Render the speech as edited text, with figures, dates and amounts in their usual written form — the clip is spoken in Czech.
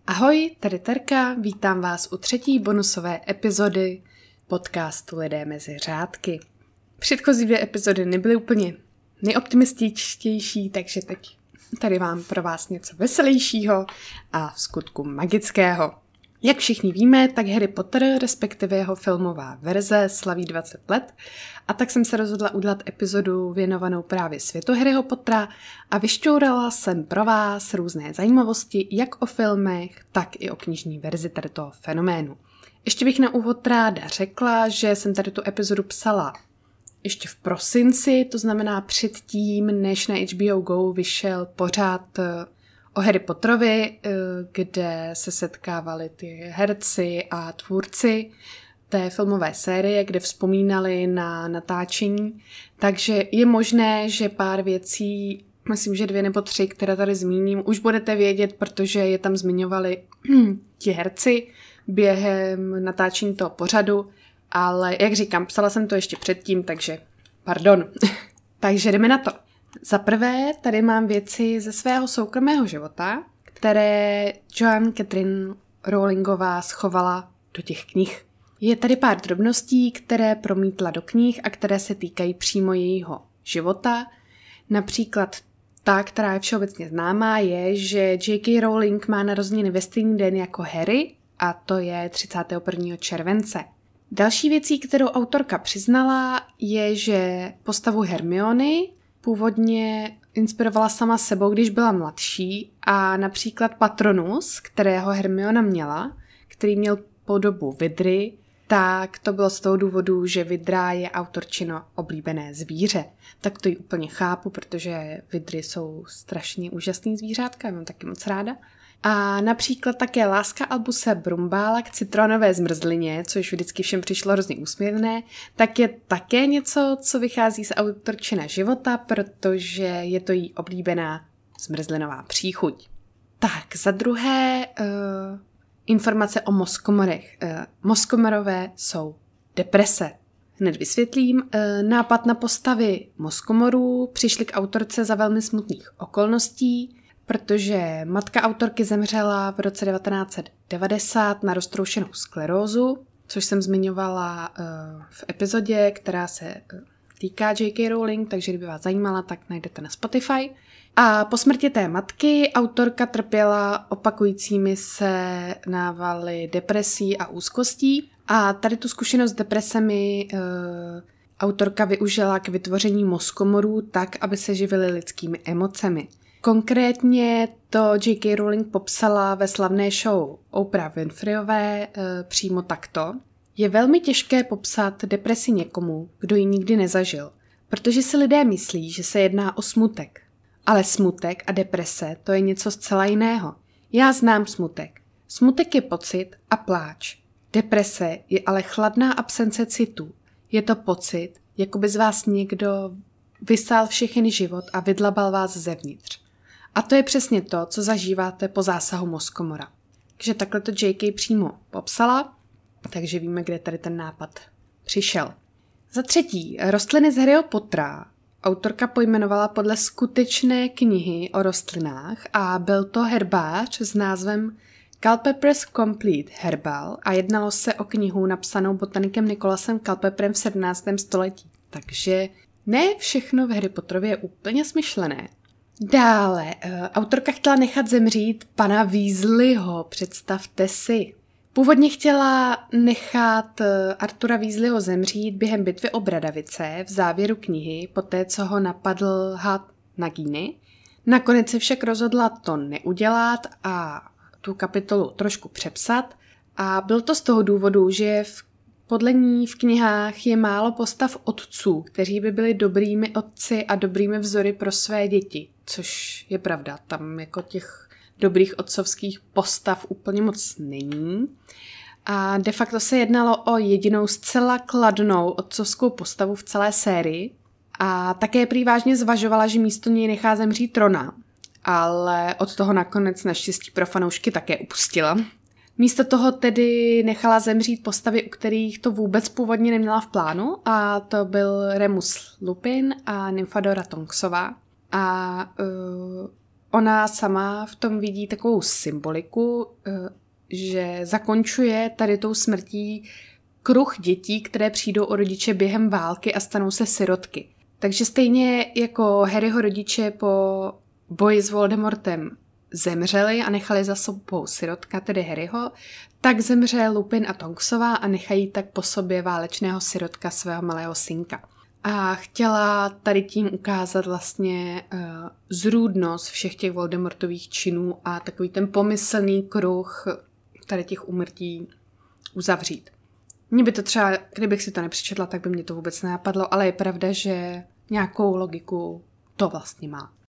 Ahoj, tady Terka, vítám vás u třetí bonusové epizody podcastu Lidé mezi řádky. Předchozí 2 epizody nebyly úplně nejoptimističtější, takže teď tady mám pro vás něco veselějšího a v skutku magického. Jak všichni víme, tak Harry Potter, respektive jeho filmová verze, slaví 20 let a tak jsem se rozhodla udělat epizodu věnovanou právě světu Harryho Pottera a vyšťourala jsem pro vás různé zajímavosti jak o filmech, tak i o knižní verzi tady toho fenoménu. Ještě bych na úvod ráda řekla, že jsem tady tu epizodu psala ještě v prosinci, to znamená předtím, než na HBO Go vyšel pořád o Harry Potterovi, kde se setkávali ty herci a tvůrci té filmové série, kde vzpomínali na natáčení. Takže je možné, že pár věcí, myslím, že 2 nebo 3, které tady zmíním, už budete vědět, protože je tam zmiňovali ti herci během natáčení toho pořadu, ale jak říkám, psala jsem to ještě předtím, takže pardon. Takže jdeme na to. Za prvé, tady mám věci ze svého soukromého života, které Joanne Catherine Rowlingová schovala do těch knih. Je tady pár drobností, které promítla do knih a které se týkají přímo jejího života. Například ta, která je všeobecně známá, je, že J.K. Rowling má narozeniny ve stejný den jako Harry, a to je 31. července. Další věcí, kterou autorka přiznala, je, že postavu Hermiony původně inspirovala sama sebou, když byla mladší a například Patronus, kterého Hermiona měla, který měl podobu vidry, tak to bylo z toho důvodu, že vidra je autorčino oblíbené zvíře. Tak to ji úplně chápu, protože vidry jsou strašně úžasný zvířátka, já mám taky moc ráda. A například také láska Albuse Brumbála k citronové zmrzlině, což vždycky všem přišlo hrozně úsměvné, tak je také něco, co vychází z autorčina života, protože je to jí oblíbená zmrzlinová příchuť. Tak, za druhé, informace o mozkomorech. Mozkomorové jsou deprese. Hned vysvětlím. Nápad na postavy mozkomorů přišli k autorce za velmi smutných okolností, protože matka autorky zemřela v roce 1990 na roztroušenou sklerózu, což jsem zmiňovala v epizodě, která se týká J.K. Rowling, takže kdyby vás zajímala, tak najdete na Spotify. A po smrti té matky autorka trpěla opakujícími se návaly depresí a úzkostí a tady tu zkušenost s depresemi autorka využila k vytvoření mozkomorů tak, aby se živily lidskými emocemi. Konkrétně to J.K. Rowling popsala ve slavné show Oprah Winfreyové přímo takto. Je velmi těžké popsat depresi někomu, kdo ji nikdy nezažil, protože si lidé myslí, že se jedná o smutek. Ale smutek a deprese to je něco zcela jiného. Já znám smutek. Smutek je pocit a pláč. Deprese je ale chladná absence citů. Je to pocit, jako by z vás někdo vysál všechny život a vydlabal vás zevnitř. A to je přesně to, co zažíváte po zásahu mozkomora. Takže takhle to J.K. přímo popsala, takže víme, kde tady ten nápad přišel. Za třetí, rostliny z Harryho Pottera autorka pojmenovala podle skutečné knihy o rostlinách a byl to herbář s názvem Culpeper's Complete Herbal a jednalo se o knihu napsanou botanikem Nicholasem Culpeperem v 17. století. Takže ne všechno v Harry Potterově je úplně smyšlené. Dále, autorka chtěla nechat zemřít pana Weasleyho, představte si. Původně chtěla nechat Artura Weasleyho zemřít během bitvy o Bradavice v závěru knihy, poté co ho napadl had Nagini. Nakonec se však rozhodla to neudělat a tu kapitolu trošku přepsat. A byl to z toho důvodu, že podle ní v knihách je málo postav otců, kteří by byli dobrými otci a dobrými vzory pro své děti, což je pravda, tam jako těch dobrých otcovských postav úplně moc není. A de facto se jednalo o jedinou zcela kladnou otcovskou postavu v celé sérii a také prý vážně zvažovala, že místo něj nechá zemřít Rona, ale od toho nakonec naštěstí pro fanoušky také upustila. Místo toho tedy nechala zemřít postavy, u kterých to vůbec původně neměla v plánu, a to byl Remus Lupin a Nymfadora Tonksová. A ona sama v tom vidí takovou symboliku, že zakončuje tady tou smrtí kruh dětí, které přijdou o rodiče během války a stanou se sirotky. Takže stejně jako Harryho rodiče po boji s Voldemortem zemřeli a nechali za sebou sirotka, tedy Harryho, tak zemře Lupin a Tonksová a nechají tak po sobě válečného sirotka svého malého synka. A chtěla tady tím ukázat vlastně zrůdnost všech těch Voldemortových činů a takový ten pomyslný kruh tady těch úmrtí uzavřít. Mně by to třeba, kdybych si to nepřečetla, tak by mě to vůbec nenapadlo, ale je pravda, že nějakou logiku to vlastně má.